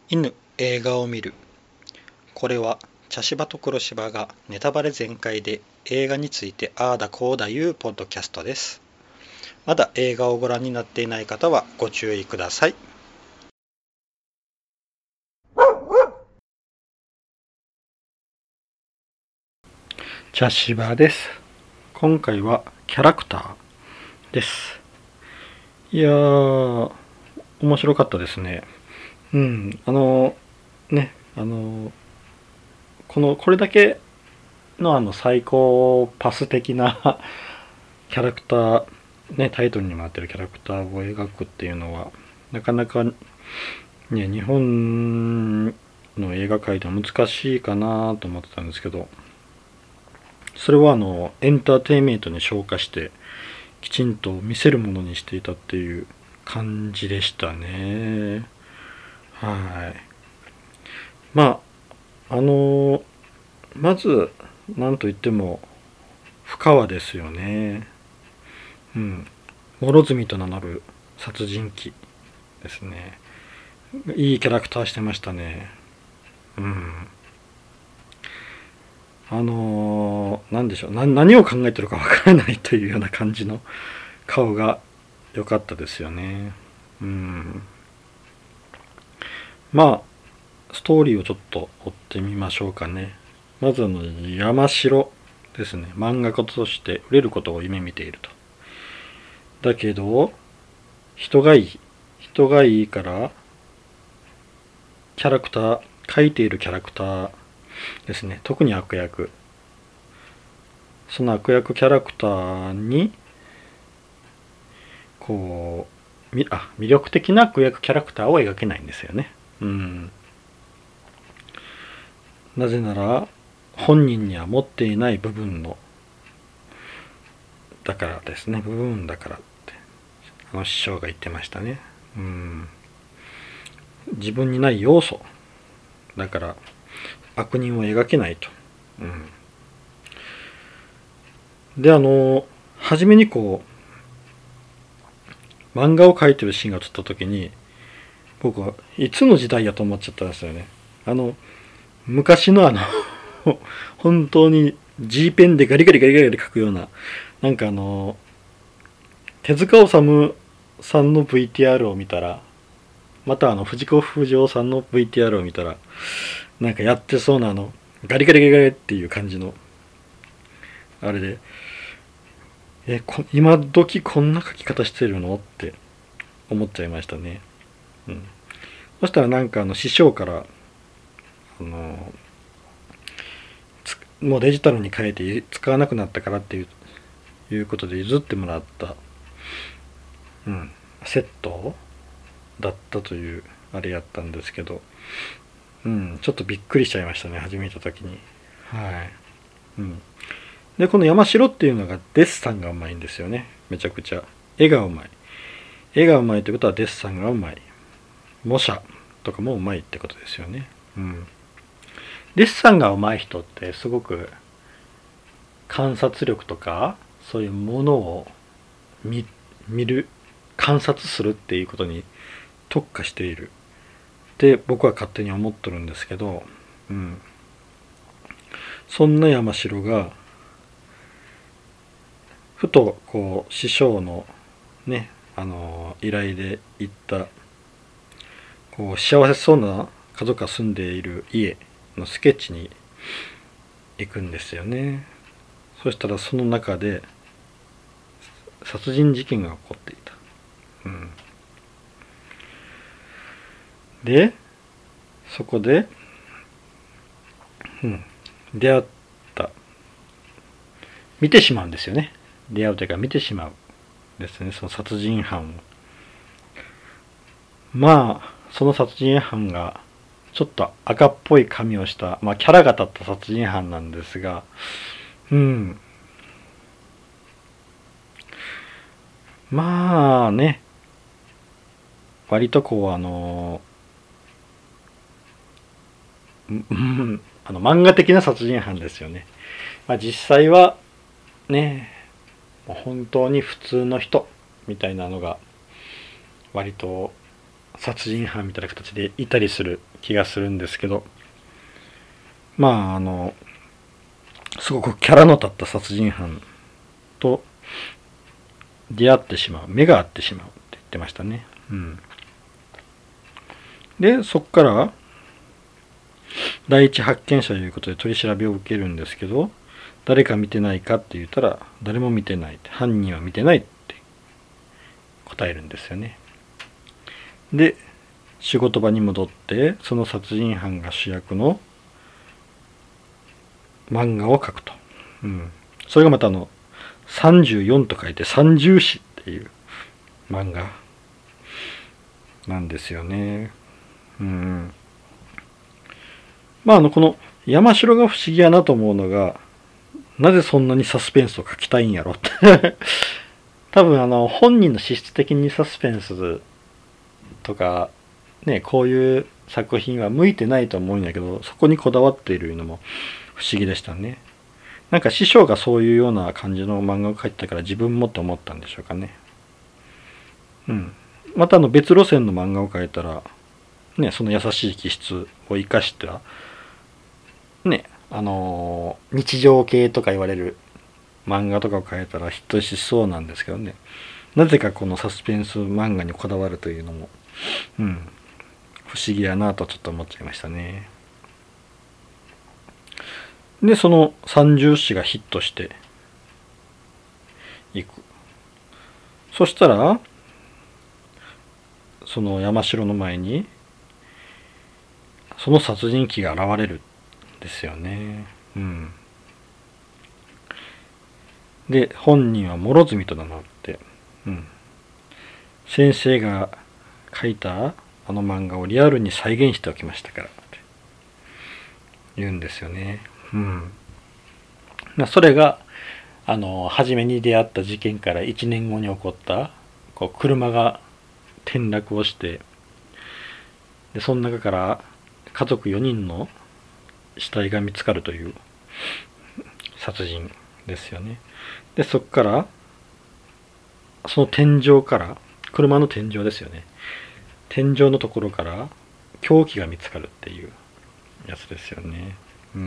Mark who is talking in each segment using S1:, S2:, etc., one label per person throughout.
S1: 犬映画を見る。これは茶芝と黒芝がネタバレ全開で映画についてああだこうだいうポッドキャストです。まだ映画をご覧になっていない方はご注意ください。茶芝です。今回はキャラクターです。いやー、面白かったですね。ね、これだけのサイコパス的なキャラクター、ね、タイトルにもなってるキャラクターを描くっていうのは、なかなかね、日本の映画界では難しいかなと思ってたんですけど、それはエンターテインメントに昇華して、きちんと見せるものにしていたっていう感じでしたね。はい。まあ、まず、なんといっても、深川ですよね。うん。諸角と名乗る殺人鬼ですね。いいキャラクターしてましたね。うん。なんでしょう。何を考えてるかわからないというような感じの顔が良かったですよね。うん。まあ、ストーリーをちょっと追ってみましょうかね。まず山城ですね。漫画家として売れることを夢見ていると。だけど、人がいい。人がいいから、キャラクター、描いているキャラクターですね。特に悪役。その悪役キャラクターに、こ魅力的な悪役キャラクターを描けないんですよね。うん。なぜなら、本人には持っていない部分の、だからですね。部分だからって、師匠が言ってましたね。うん。自分にない要素。だから、悪人を描けないと。うん。で、初めに漫画を描いてるシーンが映った時に、僕はいつの時代やと思っちゃったんですよね。昔の本当に G ペンでガリガリガリガリ書くような、なんか手塚治虫さんの VTR を見たら、また藤子不二雄さんの VTR を見たら、なんかやってそうなガリガリガリガリっていう感じの、あれで、今時こんな書き方してるのって思っちゃいましたね。うん。そしたらなんか師匠から、もうデジタルに変えて使わなくなったからっていうことで譲ってもらった、うん、セットだったというあれやったんですけど、うん、ちょっとびっくりしちゃいましたね、初めた時に。はい。うん。で、この山城っていうのがデッサンがうまいんですよね。めちゃくちゃ。絵がうまい。絵がうまいということはデッサンがうまい。模写とかもうまいってことですよね。うん。デッサンがうまい人ってすごく観察力とかそういうものを見る、観察するっていうことに特化しているって僕は勝手に思っとるんですけど、うん、そんな山城がふと師匠のね依頼で行った幸せそうな家族が住んでいる家のスケッチに行くんですよね。そしたらその中で殺人事件が起こっていた。うん、でそこで、うん、出会った見てしまうんですよね。出会うというか見てしまうですね、その殺人犯を。まあその殺人犯がちょっと赤っぽい髪をした、まあ、キャラが立った殺人犯なんですが、うん、まあね、割と漫画的な殺人犯ですよね。まあ、実際はね、もう本当に普通の人みたいなのが割と殺人犯みたいな形でいたりする気がするんですけど、まあすごくキャラの立った殺人犯と出会ってしまう、目が合ってしまうって言ってましたね。でそこから第一発見者ということで取り調べを受けるんですけど、誰か見てないかって言ったら誰も見てないって、犯人は見てないって答えるんですよね。で仕事場に戻ってその殺人犯が主役の漫画を描くと、それがまた34と書いて三重詩っていう漫画なんですよね。この山城が不思議やなと思うのが、なぜそんなにサスペンスを描きたいんやろって多分本人の資質的にサスペンスとかね、こういう作品は向いてないと思うんやけど、そこにこだわっているのも不思議でしたね。なんか師匠がそういうような感じの漫画を描いてたから自分もって思ったんでしょうかね。また別路線の漫画を描いたらね、その優しい気質を生かしたね、日常系とか言われる漫画とかを描いたらヒットしそうなんですけどね。なぜかこのサスペンス漫画にこだわるというのも、不思議やなとちょっと思っちゃいましたね。でその三重詩がヒットしていく。そしたらその山城の前にその殺人鬼が現れるんですよね。で本人は諸角と名乗って、先生が描いたあの漫画をリアルに再現しておきましたからって言うんですよね。それが初めに出会った事件から1年後に起こった車が転落をして、でその中から家族4人の死体が見つかるという殺人ですよね。でそこからその天井から、車の天井ですよね、天井のところから凶器が見つかるっていうやつですよね。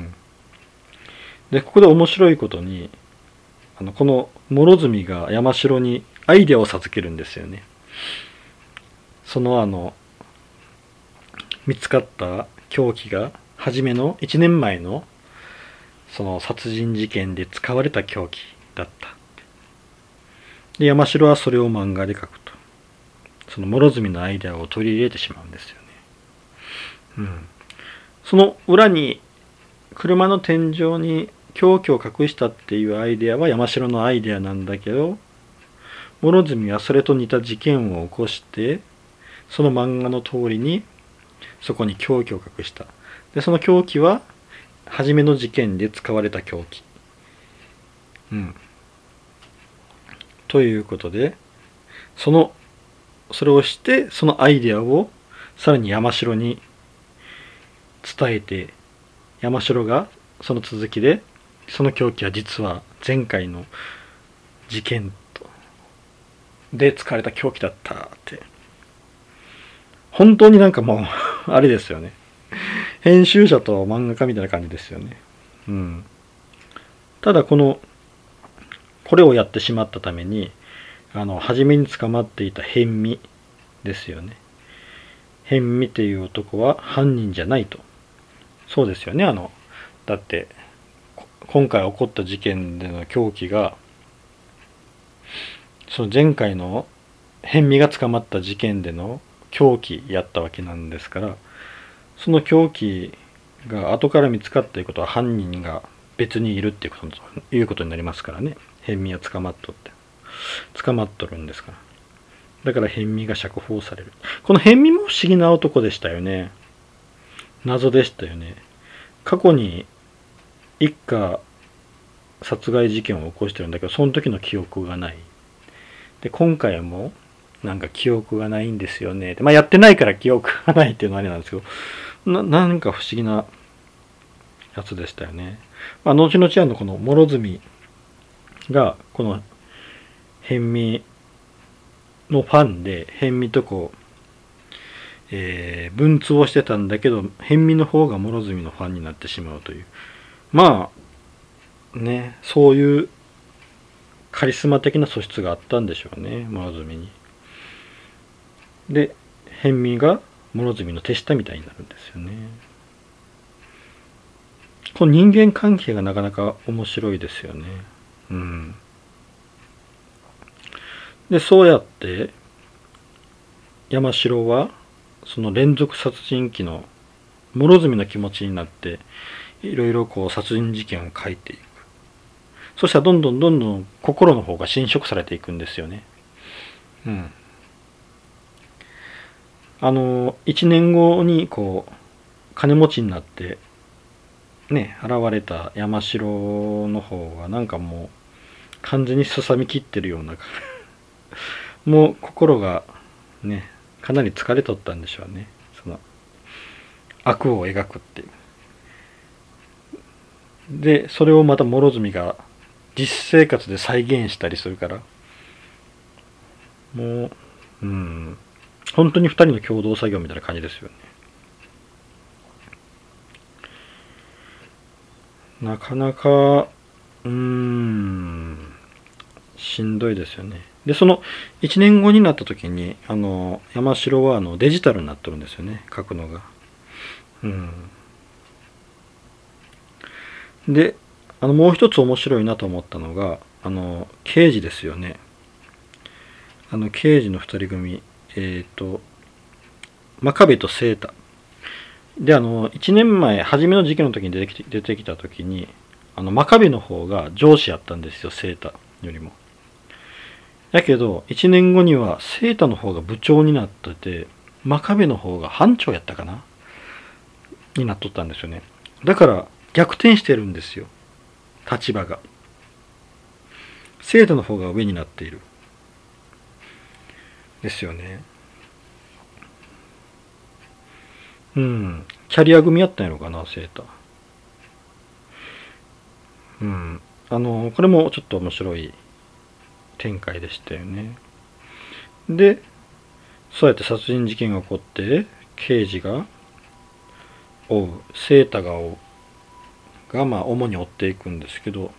S1: でここで面白いことにこの諸角が山城にアイデアを授けるんですよね。その見つかった凶器が初めの1年前のその殺人事件で使われた凶器だった。で山城はそれを漫画で描くと、その諸角のアイデアを取り入れてしまうんですよね。その裏に車の天井に凶器を隠したっていうアイデアは山城のアイデアなんだけど、諸角はそれと似た事件を起こしてその漫画の通りにそこに凶器を隠した。でその凶器は初めの事件で使われた凶器、ということでそれをしてそのアイデアをさらに山城に伝えて、山城がその続きでその凶器は実は前回の事件で使われた凶器だったって、本当になんかもうあれですよね、編集者と漫画家みたいな感じですよね。ただこれをやってしまったために初めに捕まっていた辺見ですよね。辺見っていう男は犯人じゃないと。そうですよね。だって今回起こった事件での凶器がその前回の辺見が捕まった事件での凶器やったわけなんですから、その凶器が後から見つかったということは犯人が別にいるっていうことになりますからね。辺見は捕まっとるんですから。だから辺見が釈放される。この辺見も不思議な男でしたよね。謎でしたよね。過去に一家殺害事件を起こしてるんだけど、その時の記憶がない。で今回もなんか記憶がないんですよね。やってないから記憶がないっていうのはあれなんですけど、なんか不思議なやつでしたよね。後々この諸角がこの辺見のファンで、辺見と文通をしてたんだけど、辺見の方が諸角のファンになってしまうという。まあ、ね、そういうカリスマ的な素質があったんでしょうね、諸角に。で、辺見が諸角の手下みたいになるんですよね。この人間関係がなかなか面白いですよね。うん。で、そうやって山城はその連続殺人鬼の諸角の気持ちになっていろいろこう殺人事件を書いていく。そしたらどんどん心の方が侵食されていくんですよね。うん。1年後にこう金持ちになってね現れた山城の方はなんかもう完全にすさみきってるようなもう心がねかなり疲れとったんでしょうね。その悪を描くっていう。でそれをまた諸角が実生活で再現したりするからもう本当に2人の共同作業みたいな感じですよね。なかなかしんどいですよね。でその1年後になった時に山城はデジタルになっとるんですよね、書くのが。でもう一つ面白いなと思ったのが刑事ですよね。刑事の2人組真壁と清太で1年前初めの事件の時に出てきた時に真壁の方が上司やったんですよ、清太よりも。やけど1年後には清太の方が部長になってて真壁の方が班長やったかなになっとったんですよね。だから逆転してるんですよ、立場が。清太の方が上になっているですよね。キャリア組やったんやろかな、清太。これもちょっと面白い展開でしたよね。でそうやって殺人事件が起こって刑事が追う、清太が追うが主に追っていくんですけど、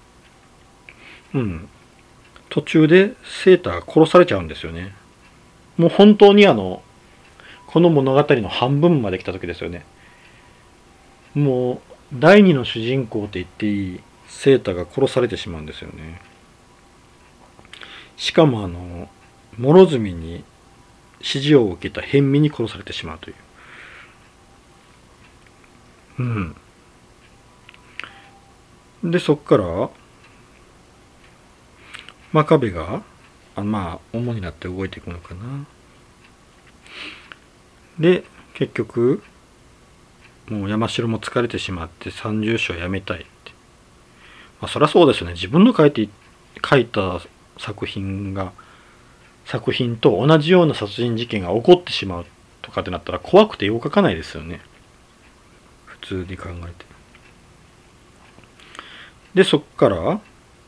S1: 途中で清太が殺されちゃうんですよね。もう本当にこの物語の半分まで来た時ですよね。もう第二の主人公って言っていい清太が殺されてしまうんですよね。しかも諸角に指示を受けた辺見に殺されてしまうという。でそっから真壁が主になって動いていくのかな。で結局もう山城も疲れてしまって三重詩をやめたいって。そりゃそうですよね。自分の書いた作品と同じような殺人事件が起こってしまうとかってなったら怖くて絵を描かないですよね、普通に考えて。でそっから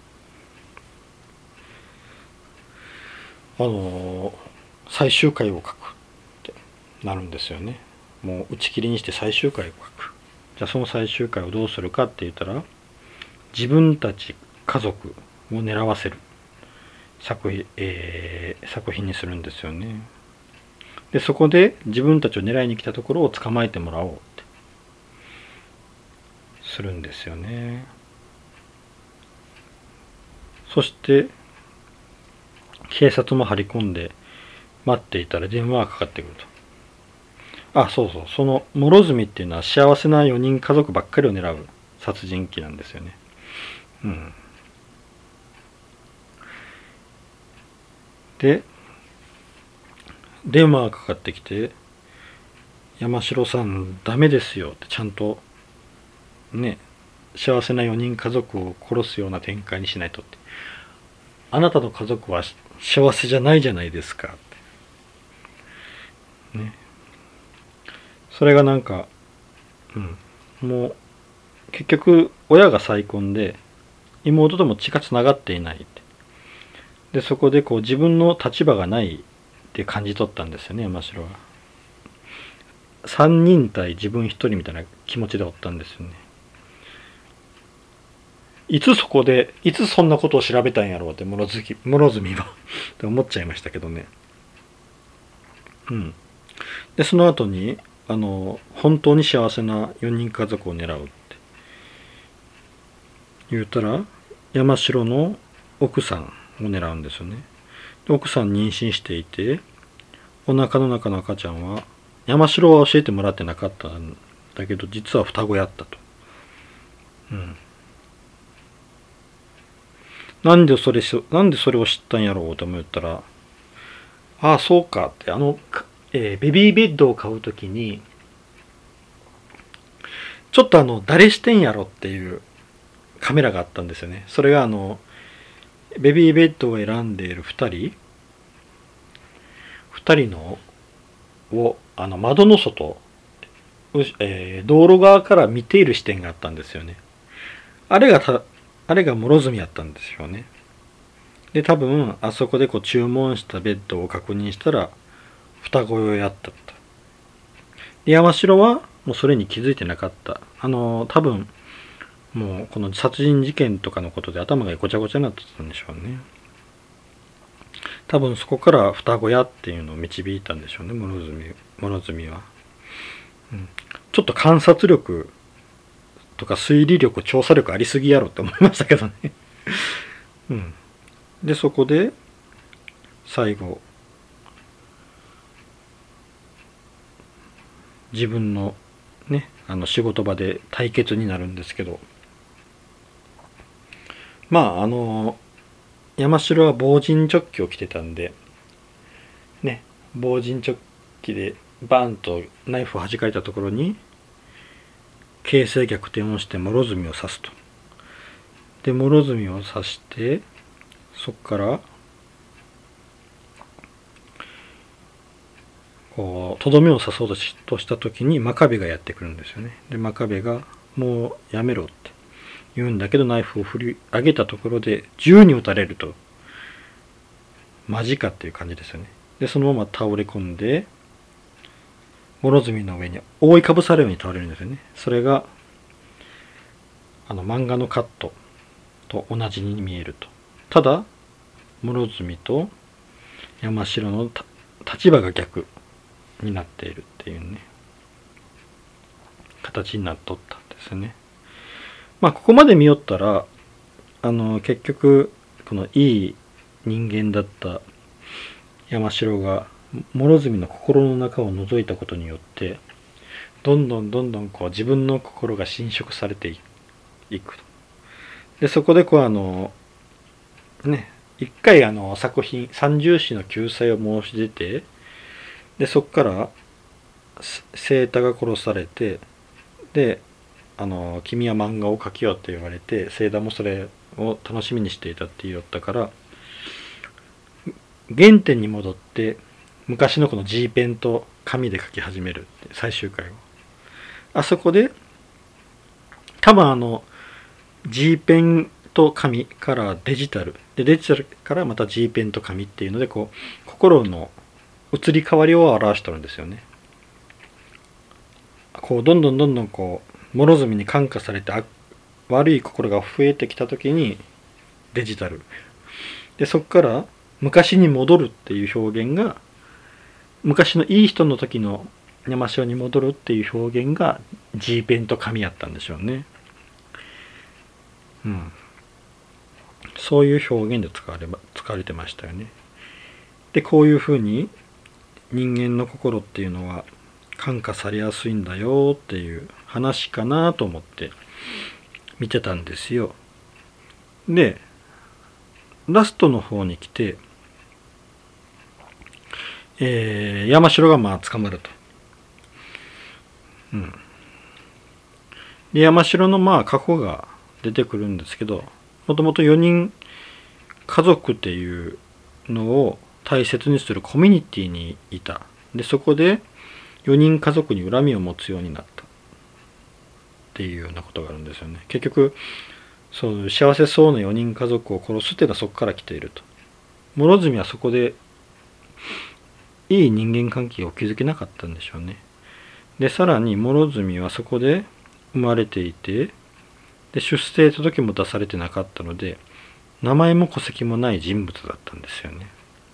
S1: 最終回を書くってなるんですよね。もう打ち切りにして最終回を書く。じゃあその最終回をどうするかって言ったら自分たち家族を狙わせる作品にするんですよね。でそこで自分たちを狙いに来たところを捕まえてもらおうってするんですよね。そして警察も張り込んで待っていたら電話がかかってくると。そうその諸角っていうのは幸せな4人家族ばっかりを狙う殺人鬼なんですよね。で電話がかかってきて山城さんダメですよってちゃんとね幸せな4人家族を殺すような展開にしないとって。あなたの家族は幸せじゃないじゃないですかってね。それがなんかもう結局親が再婚で妹とも血がつながっていないって。でそこでこう自分の立場がないって感じ取ったんですよね、山城は。 3人対自分1人みたいな気持ちでおったんですよね。いつそんなことを調べたんやろうって諸角はって思っちゃいましたけどね。でその後に本当に幸せな4人家族を狙うって言うたら、山城の奥さんを狙うんですよね。で奥さん妊娠していて、お腹の中の赤ちゃんは山城は教えてもらってなかったんだけど、実は双子やったと。なんでそれを知ったんやろうと思ったら、ああそうかって、ベビーベッドを買うときにちょっと誰してんやろっていうカメラがあったんですよね。それがベビーベッドを選んでいる2人のを窓の外、道路側から見ている視点があったんですよね。あれが諸角やったんですよね。で多分あそこで注文したベッドを確認したら双子用やったと。で山城はもうそれに気づいてなかった。多分もうこの殺人事件とかのことで頭がごちゃごちゃになってたんでしょうね。多分そこから双子やっていうのを導いたんでしょうね、諸角は。ちょっと観察力とか推理力、調査力ありすぎやろって思いましたけどね。でそこで最後自分のね仕事場で対決になるんですけど、山城は防塵チョッキを着てたんでね、防塵チョッキでバーンとナイフを弾かれたところに形勢逆転をして諸角を刺すと。で諸角を刺して、そこからとどめを刺そうとした時に真壁がやってくるんですよね。で真壁がもうやめろって言うんだけど、ナイフを振り上げたところで銃に撃たれると、マジかっていう感じですよね。でそのまま倒れ込んで諸角の上に覆いかぶさるように倒れるんですよね。それが漫画のカットと同じに見えると。ただ諸角と山城の立場が逆になっているっていうね形になっとったんですね。ここまで見よったら結局このいい人間だった山城が諸角の心の中を覗いたことによってどんどん自分の心が侵食されていく。でそこで一回作品三重詩の救済を申し出て、でそこから清太が殺されて、で君は漫画を描きよって言われて、清太もそれを楽しみにしていたって言ったから、原点に戻って昔のこの G ペンと紙で描き始めるって最終回を。あそこで多分G ペンと紙からデジタルで、デジタルからまた G ペンと紙っていうので心の移り変わりを表してるんですよね。どんどん諸角に感化されて悪い心が増えてきた時にデジタルで、そこから昔に戻るっていう表現が、昔のいい人の時の山城に戻るっていう表現が G ペンと紙やったんでしょうね。そういう表現で使われてましたよね。でこういうふうに人間の心っていうのは感化されやすいんだよっていう話かなと思って見てたんですよ。でラストの方に来て、山城が捕まると。で山城の過去が出てくるんですけど、もともと4人家族っていうのを大切にするコミュニティにいた。でそこで4人家族に恨みを持つようになったっていうようなことがあるんですよね。結局そう幸せそうな4人家族を殺すっていうのはそこから来ていると。諸角はそこでいい人間関係を築けなかったんでしょうね。 でさらに諸角はそこで生まれていて、で出生届も出されてなかったので、名前も戸籍もない人物だったんですよね。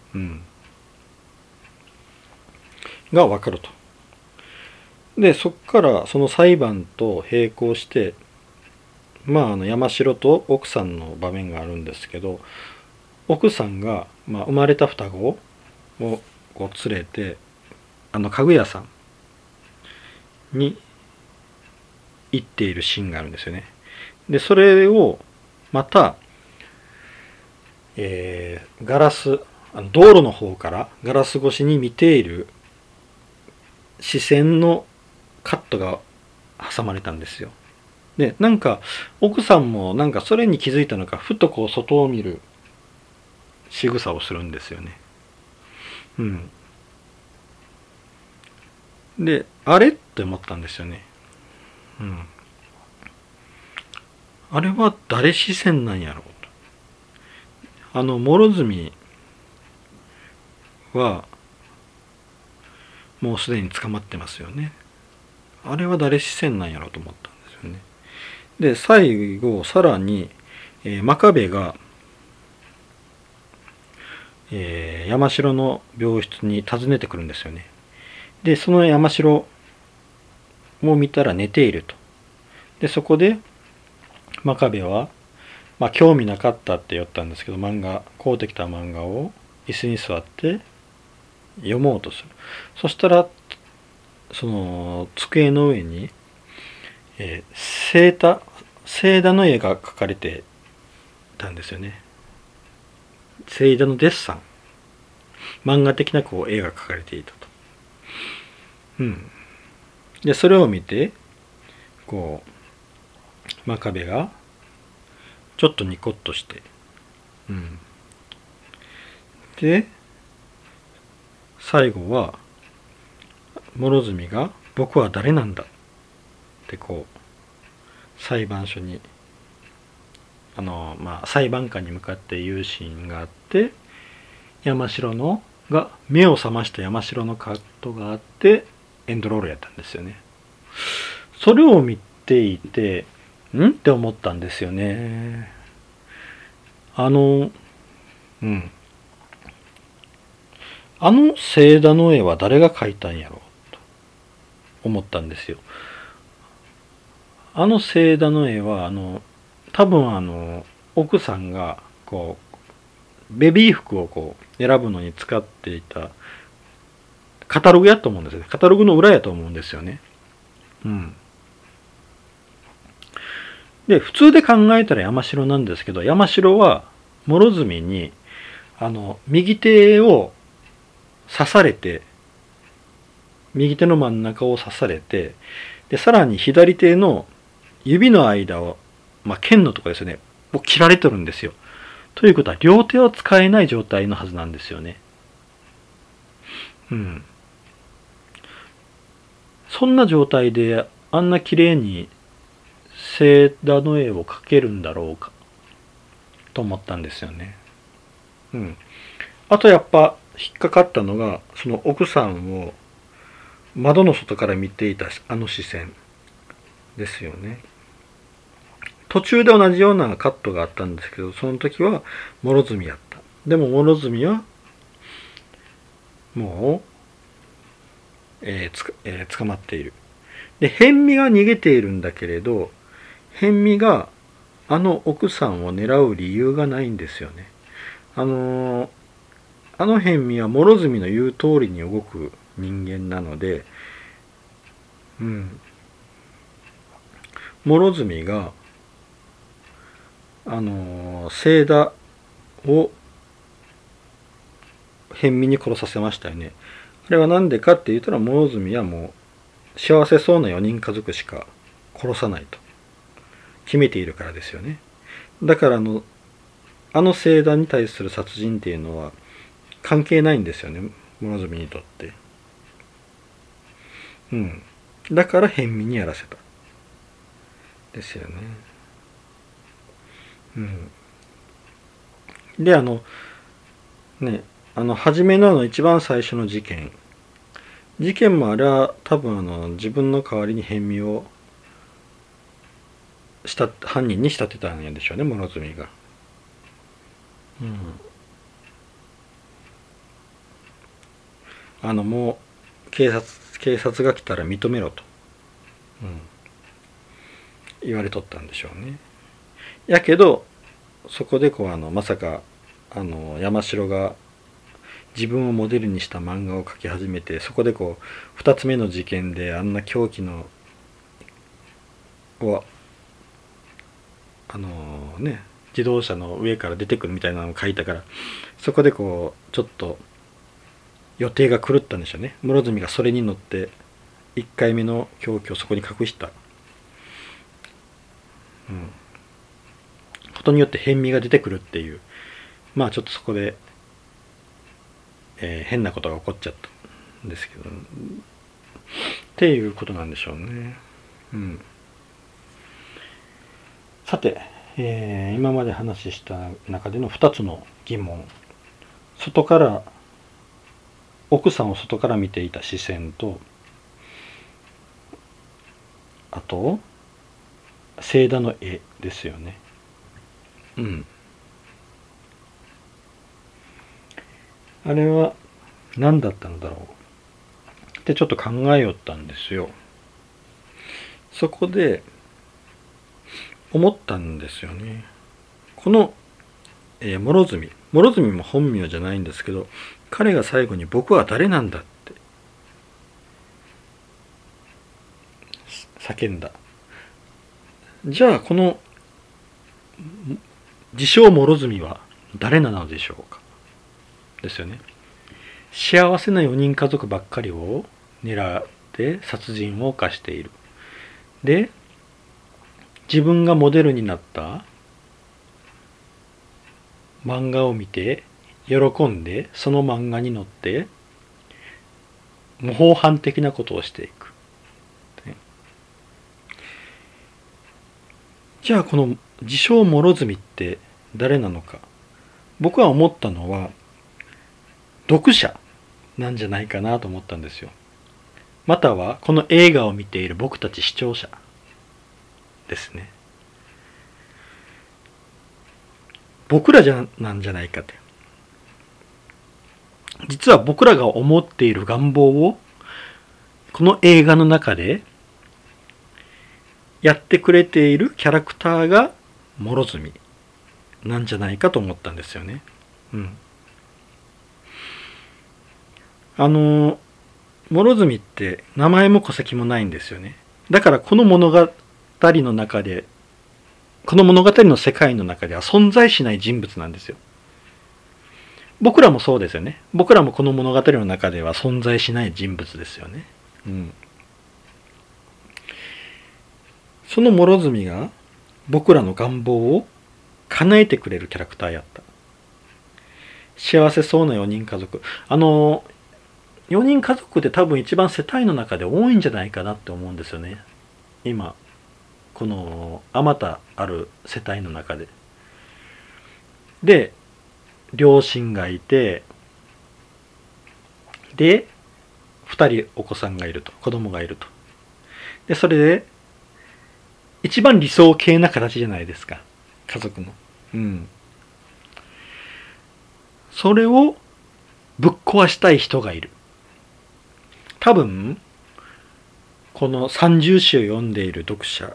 S1: が分かると。でそこからその裁判と並行して、山城と奥さんの場面があるんですけど、奥さんが、生まれた双子をこう連れて家具屋さんに行っているシーンがあるんですよね。でそれをまた、ガラス道路の方からガラス越しに見ている視線のカットが挟まれたんですよ。でなんか奥さんもなんかそれに気づいたのか、ふとこう外を見る仕草をするんですよね。であれって思ったんですよね。あれは誰視線なんやろうと。諸角はもうすでに捕まってますよね。あれは誰視線なんやろうと思ったんですよね。で最後さらに、真壁が、山城の病室に訪ねてくるんですよね。でその山城も見たら寝ていると。でそこで真壁は、興味なかったって言ったんですけど、買うてきた漫画を椅子に座って読もうとする。そしたらその机の上に、星座の絵が描かれてたんですよね。星座のデッサン、漫画的な絵が描かれていたと。でそれを見て真壁がちょっとニコッとして、で最後は諸角が僕は誰なんだって裁判所に裁判官に向かって言うシーンがあって、山城が目を覚ました山城のカットがあってエンドロールやったんですよね。それを見ていてって思ったんですよね。星座の絵は誰が描いたんやろうと思ったんですよ。星座の絵は多分奥さんがベビー服を選ぶのに使っていたカタログやと思うんですよね。カタログの裏やと思うんですよね。で普通で考えたら山城なんですけど、山城は諸角に右手を刺されて、右手の真ん中を刺されて、でさらに左手の指の間を、剣のところですよね、を切られてるんですよ。ということは両手を使えない状態のはずなんですよね。そんな状態であんな綺麗に星座の絵を描けるんだろうかと思ったんですよね。あとやっぱ引っかかったのが、その奥さんを窓の外から見ていた視線ですよね。途中で同じようなカットがあったんですけど、その時は諸角やった。でも諸角はもう、捕まっている。で辺見が逃げているんだけれど、辺見が奥さんを狙う理由がないんですよね。辺見は諸角の言う通りに動く人間なので、諸角が星座を辺見に殺させましたよね。あれは何でかって言ったら、諸角はもう幸せそうな4人家族しか殺さないと決めているからですよね。だから星座に対する殺人っていうのは関係ないんですよね、諸角にとって。だから辺見にやらせたですよね。で初めの一番最初の事件事件もあれは多分自分の代わりに変身をした犯人に仕立てたんでしょうね、諸角が。もう警察が来たら認めろと、言われとったんでしょうね。やけどそこでまさか山城が自分をモデルにした漫画を描き始めて、そこで2つ目の事件であんな狂気のを自動車の上から出てくるみたいなのを書いたから、そこでちょっと予定が狂ったんでしょうね。諸角がそれに乗って1回目の狂気をそこに隠した、ことによって変身が出てくるっていう、ちょっとそこで、変なことが起こっちゃったんですけど、っていうことなんでしょうね。さて、今まで話した中での2つの疑問、奥さんを外から見ていた視線と、あと聖田の絵ですよね。あれは何だったのだろうってちょっと考えよったんですよ。そこで思ったんですよね。この、諸角も本名じゃないんですけど、彼が最後に僕は誰なんだって叫んだ。じゃあこの自称諸角は誰なのでしょうかですよね。幸せな4人家族ばっかりを狙って殺人を犯している。で、自分がモデルになった漫画を見て喜んで、その漫画に乗って模倣犯的なことをしていく。じゃあこの自称諸角って誰なのか。僕は思ったのは読者なんじゃないかなと思ったんですよ。またはこの映画を見ている僕たち視聴者ですね。僕らなんじゃないかって。実は僕らが思っている願望をこの映画の中でやってくれているキャラクターが諸角なんじゃないかと思ったんですよね。諸角って名前も戸籍もないんですよね。だからこの物語の中で、この物語の世界の中では存在しない人物なんですよ。僕らもそうですよね。僕らもこの物語の中では存在しない人物ですよね。その諸角が僕らの願望を叶えてくれるキャラクターやった。幸せそうな4人家族。4人家族で多分一番世帯の中で多いんじゃないかなって思うんですよね。今このあまたある世帯の中で。で、両親がいて、で2人お子さんがいると、子供がいると。でそれで一番理想形な形じゃないですか、家族の。それをぶっ壊したい人がいる。多分この30種を読んでいる読者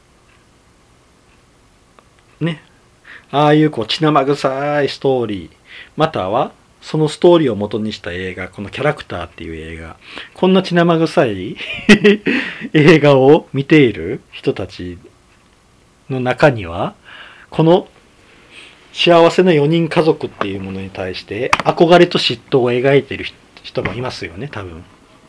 S1: ね、ああいう血生臭いストーリー、またはそのストーリーを元にした映画、このキャラクターっていう映画、こんな血生臭い映画を見ている人たちの中には、この幸せな4人家族っていうものに対して憧れと嫉妬を描いている人もいますよね、多分。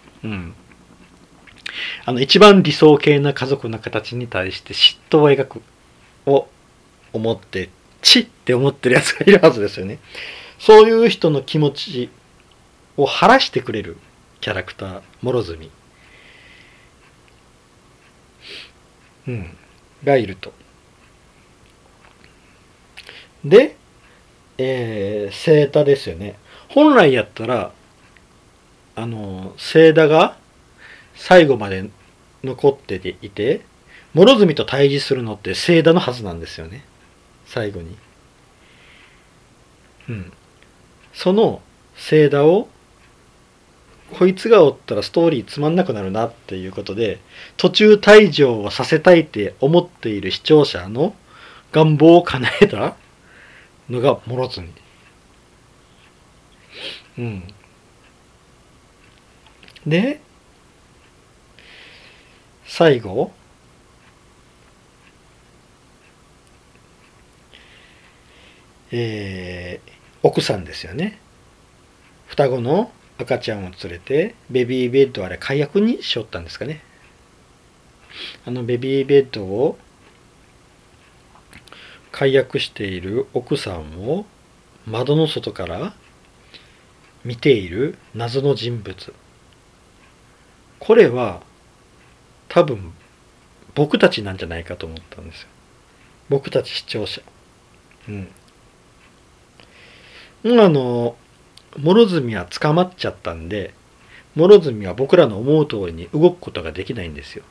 S1: 一番理想形な家族の形に対して嫉妬を描くを思ってチッって思ってるやつがいるはずですよね。そういう人の気持ちを晴らしてくれるキャラクター諸角がいると。で、セータですよね。本来やったら聖田が最後まで残っていて、諸角と対峙するのって聖田のはずなんですよね、最後に。その聖田を、こいつがおったらストーリーつまんなくなるなっていうことで、途中退場をさせたいって思っている視聴者の願望を叶えたのが諸角。で、最後、奥さんですよね。双子の赤ちゃんを連れてベビーベッド、あれ解約にしよったんですかね。ベビーベッドを解約している奥さんを窓の外から見ている謎の人物。これは多分僕たちなんじゃないかと思ったんですよ。僕たち視聴者。諸角は捕まっちゃったんで、諸角は僕らの思う通りに動くことができないんですよ。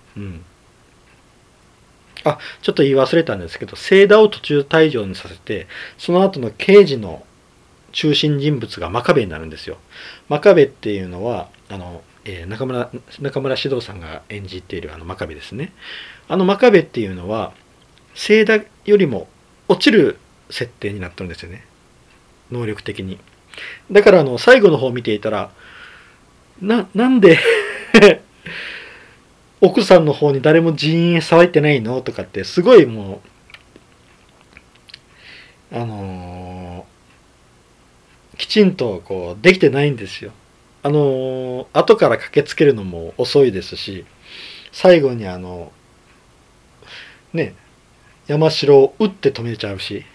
S1: ちょっと言い忘れたんですけど、聖田を途中退場にさせて、その後の刑事の中心人物が真壁になるんですよ。真壁っていうのは中村獅童さんが演じている真壁ですね。真壁っていうのは聖田よりも落ちる設定になってるんですよね、能力的に。だから最後の方を見ていたら、なんで奥さんの方に誰も人員騒いてないのとかって、すごいもうきちんとこうできてないんですよ。後から駆けつけるのも遅いですし、最後に山城を撃って止めちゃうし、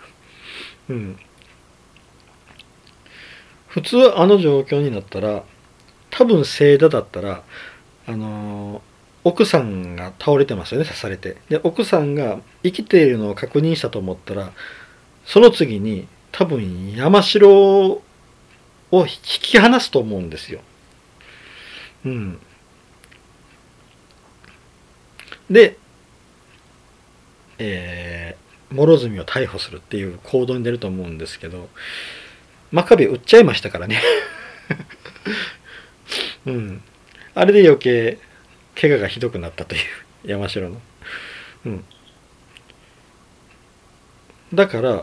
S1: 普通状況になったら、多分聖田だったら奥さんが倒れてますよね、刺されて。で奥さんが生きているのを確認したと思ったら、その次に多分山城を引き離すと思うんですよ。で、諸角を逮捕するっていう行動に出ると思うんですけど、真壁撃っちゃいましたからね。あれで余計怪我がひどくなったという、山城の。だから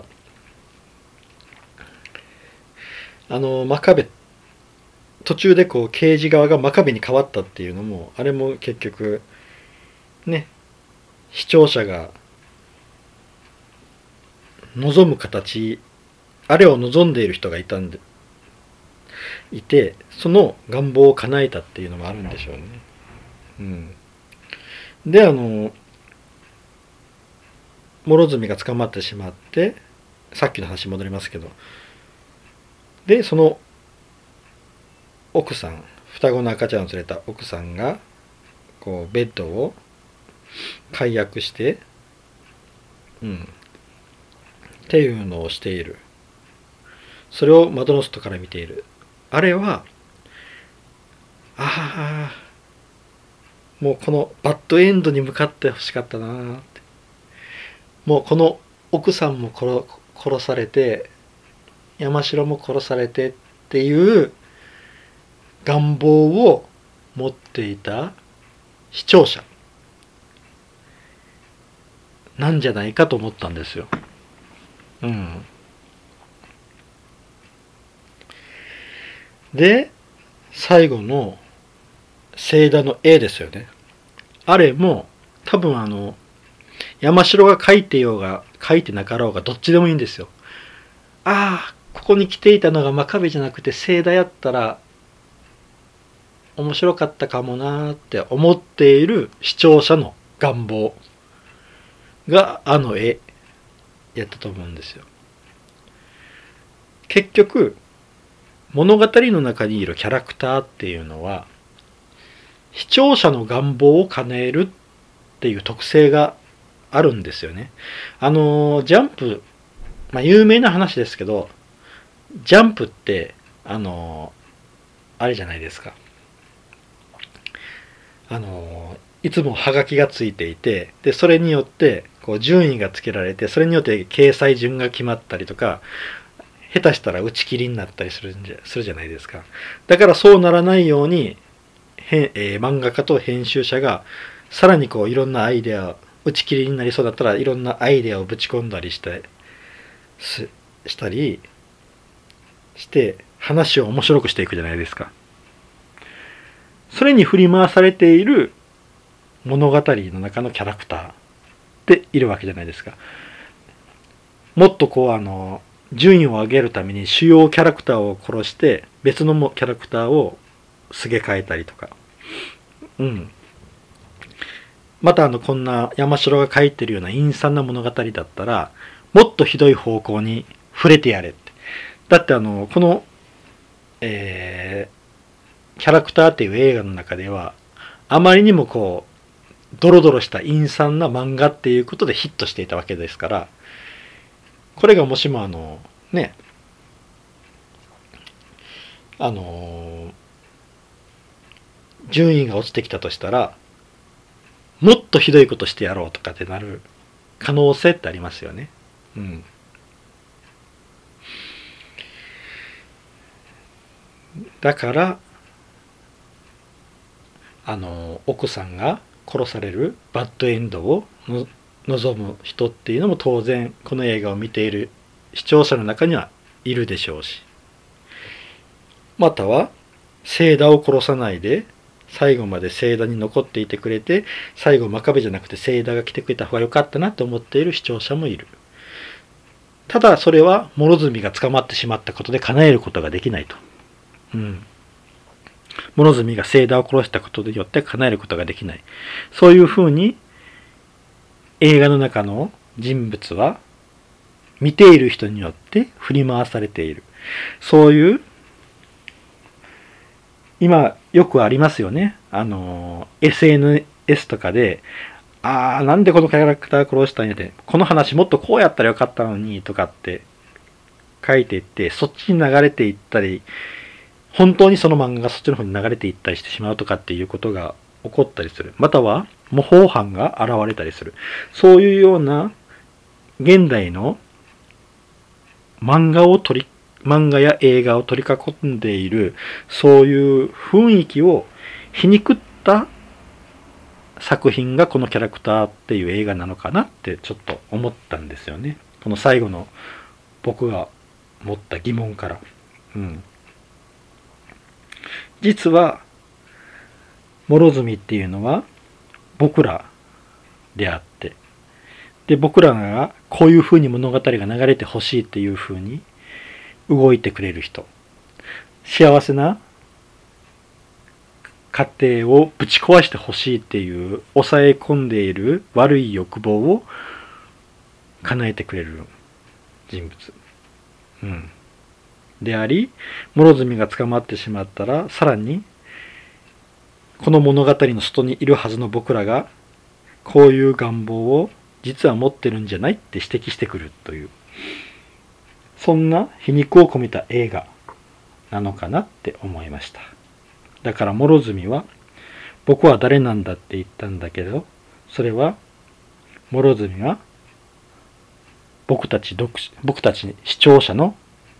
S1: 真壁、途中でこう刑事側が真壁に変わったっていうのも、あれも結局ね、視聴者が望む形、あれを望んでいる人がいて、その願望を叶えたっていうのもあるんでしょうね。で諸角が捕まってしまって、さっきの話戻りますけど、でその奥さん、双子の赤ちゃんを連れた奥さんがこうベッドを解約して、っていうのをしている。それを窓の外から見ている。あれはもうこのバッドエンドに向かってほしかったなって。もうこの奥さんも殺されて、山城も殺されてっていう願望を持っていた視聴者なんじゃないかと思ったんですよ。で最後の聖田の絵ですよね。あれも多分山城が描いてようが描いてなかろうがどっちでもいいんですよ。ここに来ていたのが真壁じゃなくて聖田やったら面白かったかもなーって思っている視聴者の願望が絵やったと思うんですよ。結局物語の中にいるキャラクターっていうのは視聴者の願望を叶えるっていう特性があるんですよね。ジャンプ、有名な話ですけど、ジャンプってあれじゃないですか。いつもハガキがついていて、でそれによってこう順位がつけられて、それによって掲載順が決まったりとか、下手したら打ち切りになったりするじゃないですか。だからそうならないように漫画家と編集者がさらにこういろんなアイデア、打ち切りになりそうだったらいろんなアイデアをぶち込んだりしたりして話を面白くしていくじゃないですか。それに振り回されている物語の中のキャラクターっているわけじゃないですか。もっとこう順位を上げるために主要キャラクターを殺して別のキャラクターをすげ替えたりとか、またこんな山城が書いてるような陰惨な物語だったらもっとひどい方向に触れてやれって。だってこの、キャラクターっていう映画の中ではあまりにもこうドロドロした陰惨な漫画っていうことでヒットしていたわけですから、これがもしも順位が落ちてきたとしたらもっとひどいことしてやろうとかってなる可能性ってありますよね。だから奥さんが殺されるバッドエンドを望む人っていうのも当然この映画を見ている視聴者の中にはいるでしょうし、または聖田を殺さないで最後まで聖田に残っていてくれて、最後真壁じゃなくて聖田が来てくれた方が良かったなと思っている視聴者もいる。ただそれは諸角が捕まってしまったことで叶えることができないと。諸角が聖田を殺したことによって叶えることができない。そういうふうに映画の中の人物は見ている人によって振り回されている。そういう今よくありますよね。SNS とかでなんでこのキャラクター殺したんやで、この話もっとこうやったらよかったのにとかって書いていって、そっちに流れていったり、本当にその漫画がそっちの方に流れていったりしてしまうとかっていうことが起こったりする。または模倣犯が現れたりする。そういうような現代の漫画や映画を取り囲んでいるそういう雰囲気を皮肉った作品がこのキャラクターっていう映画なのかなってちょっと思ったんですよね。この最後の僕が持った疑問から。実は諸角っていうのは僕らであって、で僕らがこういう風に物語が流れてほしいっていう風に動いてくれる人、幸せな家庭をぶち壊してほしいっていう抑え込んでいる悪い欲望を叶えてくれる人物、であり、諸角が捕まってしまったらさらにこの物語の外にいるはずの僕らがこういう願望を実は持ってるんじゃないって指摘してくるという、そんな皮肉を込めた映画なのかなって思いました。だから諸角は僕は誰なんだって言ったんだけど、それは諸角が僕たち視聴者の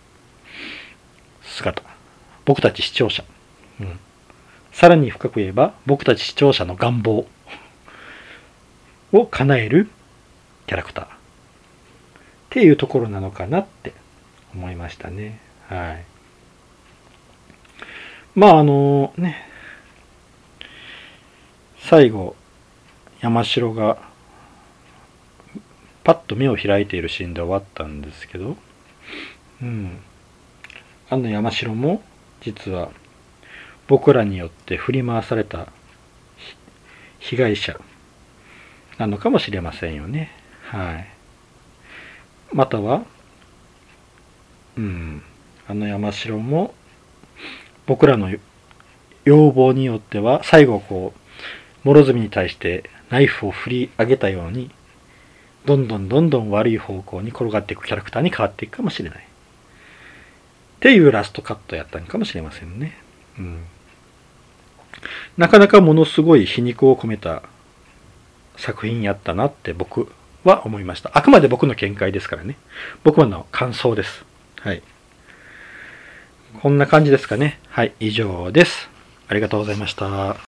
S1: 姿、僕たち視聴者、さらに深く言えば僕たち視聴者の願望を叶えるキャラクターっていうところなのかなって思いましたね。最後山城がパッと目を開いているシーンで終わったんですけど、山城も実は僕らによって振り回された被害者なのかもしれませんよね。または山城も僕らの要望によっては最後こう諸角に対してナイフを振り上げたようにどんどん悪い方向に転がっていくキャラクターに変わっていくかもしれないっていうラストカットやったのかもしれませんね。 うん、なかなかものすごい皮肉を込めた作品やったなって僕は思いました。あくまで僕の見解ですからね。僕の感想です。はい。こんな感じですかね。はい、以上です。ありがとうございました。